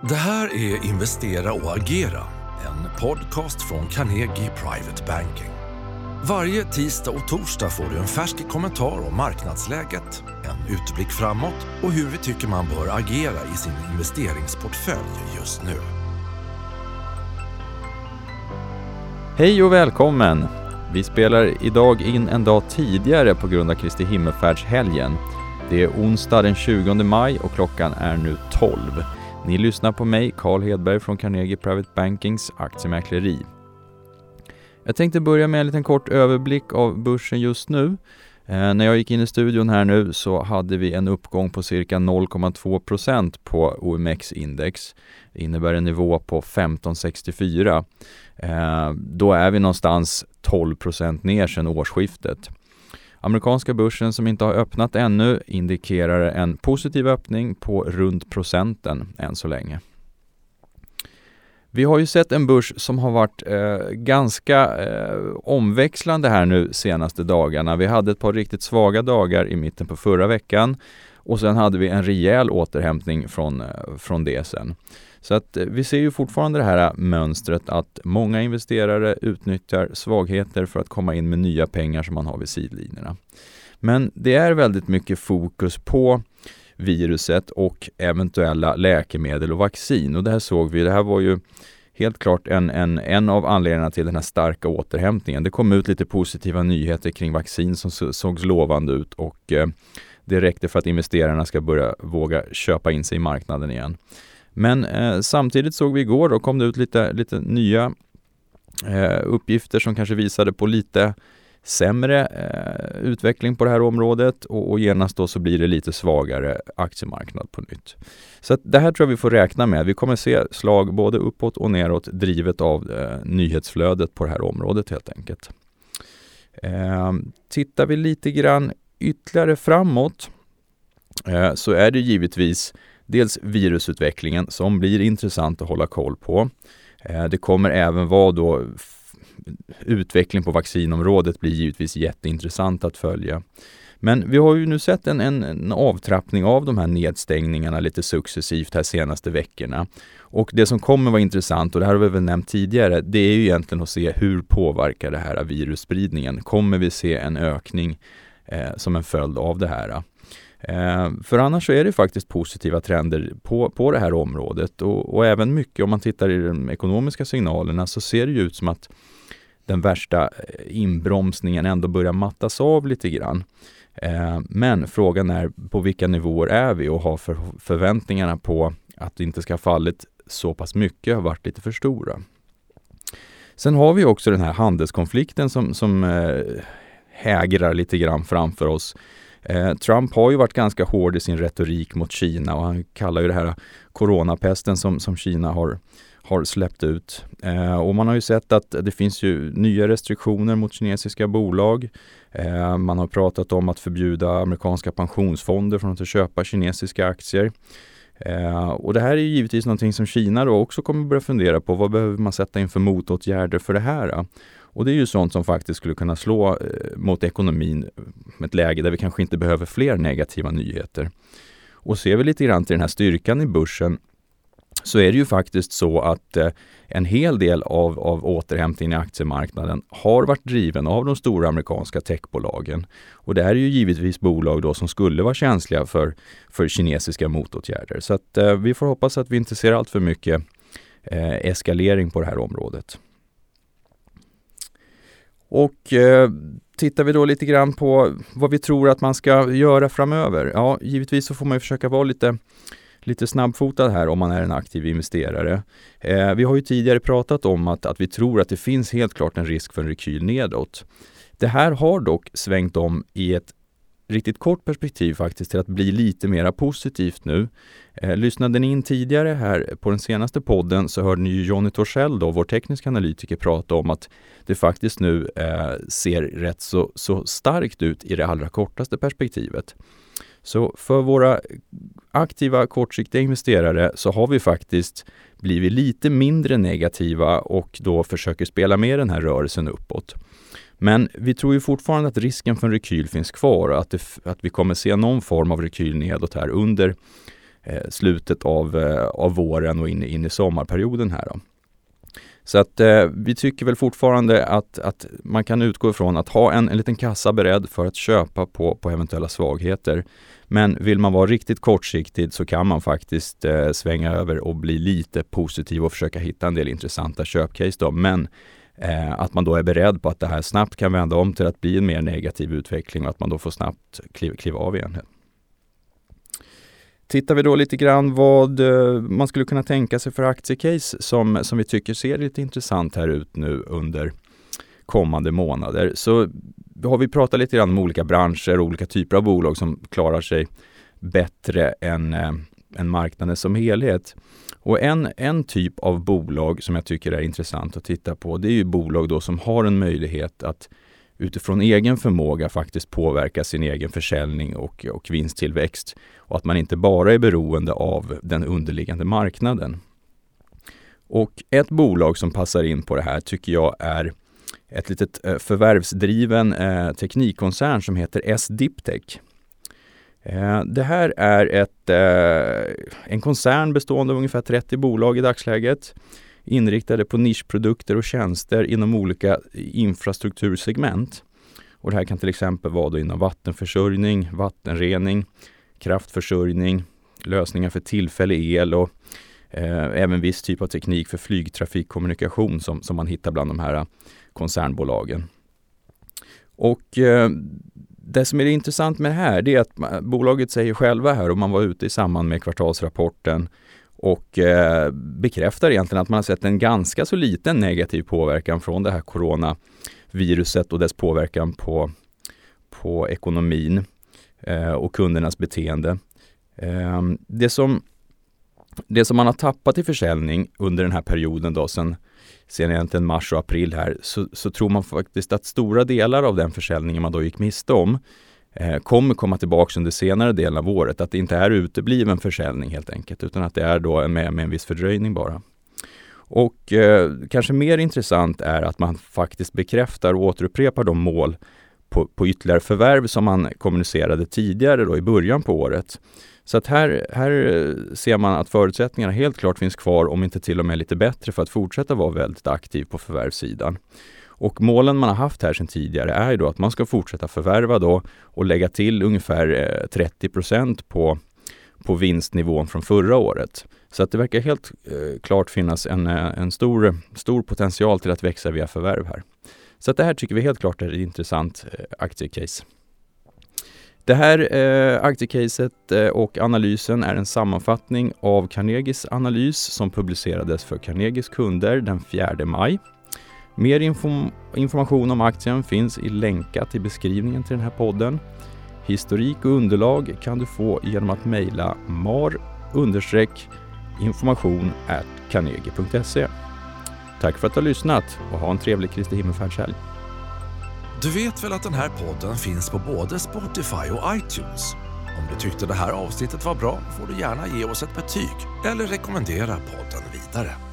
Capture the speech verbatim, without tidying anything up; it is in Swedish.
Det här är Investera och agera, en podcast från Carnegie Private Banking. Varje tisdag och torsdag får du en färsk kommentar om marknadsläget, en utblick framåt och hur vi tycker man bör agera i sin investeringsportfölj just nu. Hej och välkommen! Vi spelar idag in en dag tidigare på grund av Kristi himmelfärdshelgen. Det är onsdag den tjugonde maj och klockan är nu tolv. Ni lyssnar på mig, Carl Hedberg från Carnegie Private Bankings aktiemäkleri. Jag tänkte börja med en liten kort överblick av börsen just nu. Eh, när jag gick in i studion här nu så hade vi en uppgång på cirka noll komma två procent på O M X-index. Det innebär en nivå på femton sextiofyra. Eh, då är vi någonstans tolv procent ner sedan årsskiftet. Amerikanska börsen som inte har öppnat ännu indikerar en positiv öppning på runt procenten än så länge. Vi har ju sett en börs som har varit eh, ganska eh, omväxlande här nu senaste dagarna. Vi hade ett par riktigt svaga dagar i mitten på förra veckan och sen hade vi en rejäl återhämtning från, eh, från det sen. Så att eh, vi ser ju fortfarande det här mönstret att många investerare utnyttjar svagheter för att komma in med nya pengar som man har vid sidlinjerna. Men det är väldigt mycket fokus på viruset och eventuella läkemedel och vaccin. Och det här såg vi, det här var ju helt klart en, en, en av anledningarna till den här starka återhämtningen. Det kom ut lite positiva nyheter kring vaccin som så, sågs lovande ut och eh, det räckte för att investerarna ska börja våga köpa in sig i marknaden igen. Men eh, samtidigt såg vi igår då kom det ut lite, lite nya eh, uppgifter som kanske visade på lite sämre eh, utveckling på det här området och, och genast då så blir det lite svagare aktiemarknad på nytt. Så att det här tror jag vi får räkna med. Vi kommer se slag både uppåt och neråt drivet av eh, nyhetsflödet på det här området helt enkelt. Eh, tittar vi lite grann ytterligare framåt eh, så är det givetvis dels virusutvecklingen som blir intressant att hålla koll på. Eh, det kommer även vara då utveckling på vaccinområdet blir givetvis jätteintressant att följa. Men vi har ju nu sett en, en, en avtrappning av de här nedstängningarna lite successivt här senaste veckorna. Och det som kommer vara intressant, och det här har vi väl nämnt tidigare, det är ju egentligen att se hur påverkar det här virusspridningen. Kommer vi se en ökning eh, som en följd av det här? Eh, för annars så är det faktiskt positiva trender på, på det här området. Och, och även mycket om man tittar i de ekonomiska signalerna så ser det ju ut som att den värsta inbromsningen ändå börjar mattas av lite grann. Eh, men frågan är på vilka nivåer är vi och har för, förväntningarna på att det inte ska ha fallit så pass mycket har varit lite för stora. Sen har vi också den här handelskonflikten som, som eh, hägrar lite grann framför oss. Eh, Trump har ju varit ganska hård i sin retorik mot Kina och han kallar ju det här coronapesten som, som Kina har har släppt ut. Eh, och man har ju sett att det finns ju nya restriktioner mot kinesiska bolag. Eh, man har pratat om att förbjuda amerikanska pensionsfonder från att köpa kinesiska aktier. Eh, och det här är ju givetvis någonting som Kina då också kommer börja fundera på. Vad behöver man sätta in för motåtgärder för det här? Och det är ju sånt som faktiskt skulle kunna slå eh, mot ekonomin med ett läge där vi kanske inte behöver fler negativa nyheter. Och ser vi lite grann till den här styrkan i börsen så är det ju faktiskt så att eh, en hel del av, av återhämtningen i aktiemarknaden har varit driven av de stora amerikanska techbolagen. Och det här är ju givetvis bolag då som skulle vara känsliga för, för kinesiska motåtgärder. Så att eh, vi får hoppas att vi inte ser allt för mycket eh, eskalering på det här området. Och eh, tittar vi då lite grann på vad vi tror att man ska göra framöver. Ja, givetvis så får man ju försöka vara lite lite snabbfotad här om man är en aktiv investerare. Eh, vi har ju tidigare pratat om att, att vi tror att det finns helt klart en risk för en rekyl nedåt. Det här har dock svängt om i ett riktigt kort perspektiv faktiskt till att bli lite mer positivt nu. Eh, lyssnade ni in tidigare här på den senaste podden så hörde ni ju Johnny Torssell då, vår tekniska analytiker, prata om att det faktiskt nu eh, ser rätt så, så starkt ut i det allra kortaste perspektivet. Så för våra aktiva kortsiktiga investerare så har vi faktiskt blivit lite mindre negativa och då försöker spela med den här rörelsen uppåt. Men vi tror ju fortfarande att risken för en rekyl finns kvar och att, det, att vi kommer se någon form av rekyl nedåt här under eh, slutet av, eh, av våren och in, in i sommarperioden här då. Så att eh, vi tycker väl fortfarande att, att man kan utgå ifrån att ha en, en liten kassa beredd för att köpa på, på eventuella svagheter. Men vill man vara riktigt kortsiktig så kan man faktiskt eh, svänga över och bli lite positiv och försöka hitta en del intressanta köpcase då. Men eh, att man då är beredd på att det här snabbt kan vända om till att bli en mer negativ utveckling och att man då får snabbt kliva, kliva av igen. Tittar vi då lite grann vad man skulle kunna tänka sig för aktiecase som, som vi tycker ser lite intressant här ut nu under kommande månader. Så har vi pratat lite grann om olika branscher och olika typer av bolag som klarar sig bättre än, än marknaden som helhet. Och en, en typ av bolag som jag tycker är intressant att titta på, det är ju bolag då som har en möjlighet att utifrån egen förmåga faktiskt påverka sin egen försäljning och, och vinsttillväxt. Och att man inte bara är beroende av den underliggande marknaden. Och ett bolag som passar in på det här tycker jag är ett litet eh, förvärvsdriven eh, teknikkoncern som heter S-Diptech. Eh, det här är ett, eh, en koncern bestående av ungefär trettio bolag i dagsläget. Inriktade på nischprodukter och tjänster inom olika infrastruktursegment. Och det här kan till exempel vara då inom vattenförsörjning, vattenrening, kraftförsörjning, lösningar för tillfällig el och eh, även viss typ av teknik för flygtrafikkommunikation som, som man hittar bland de här koncernbolagen. Och eh, det som är intressant med det här det är att bolaget säger själva här och man var ute i samband med kvartalsrapporten och eh, bekräftar egentligen att man har sett en ganska så liten negativ påverkan från det här coronaviruset och dess påverkan på, på ekonomin eh, och kundernas beteende. Eh, det, som, det som man har tappat i försäljning under den här perioden då, sen, sen egentligen mars och april här, så, så tror man faktiskt att stora delar av den försäljningen man då gick miste om kommer komma tillbaka under senare delen av året. Att det inte är utebliven försäljning helt enkelt utan att det är då med, med en viss fördröjning bara. Och eh, kanske mer intressant är att man faktiskt bekräftar och återupprepar de mål på, på ytterligare förvärv som man kommunicerade tidigare då i början på året. Så att här, här ser man att förutsättningarna helt klart finns kvar om inte till och med lite bättre för att fortsätta vara väldigt aktiv på förvärvssidan. Och målen man har haft här sedan tidigare är ju då att man ska fortsätta förvärva då och lägga till ungefär trettio procent på, på vinstnivån från förra året. Så att det verkar helt eh, klart finnas en, en stor, stor potential till att växa via förvärv här. Så att det här tycker vi helt klart är ett intressant eh, aktiecase. Det här eh, aktiecaset eh, och analysen är en sammanfattning av Carnegies analys som publicerades för Carnegies kunder den fjärde maj. Mer inform- information om aktien finns i länkat i beskrivningen till den här podden. Historik och underlag kan du få genom att mejla mar information at carnegie punkt se. Tack för att du har lyssnat och ha en trevlig Kristi himmelfärdshelg. Du vet väl att den här podden finns på både Spotify och iTunes? Om du tyckte det här avsnittet var bra får du gärna ge oss ett betyg eller rekommendera podden vidare.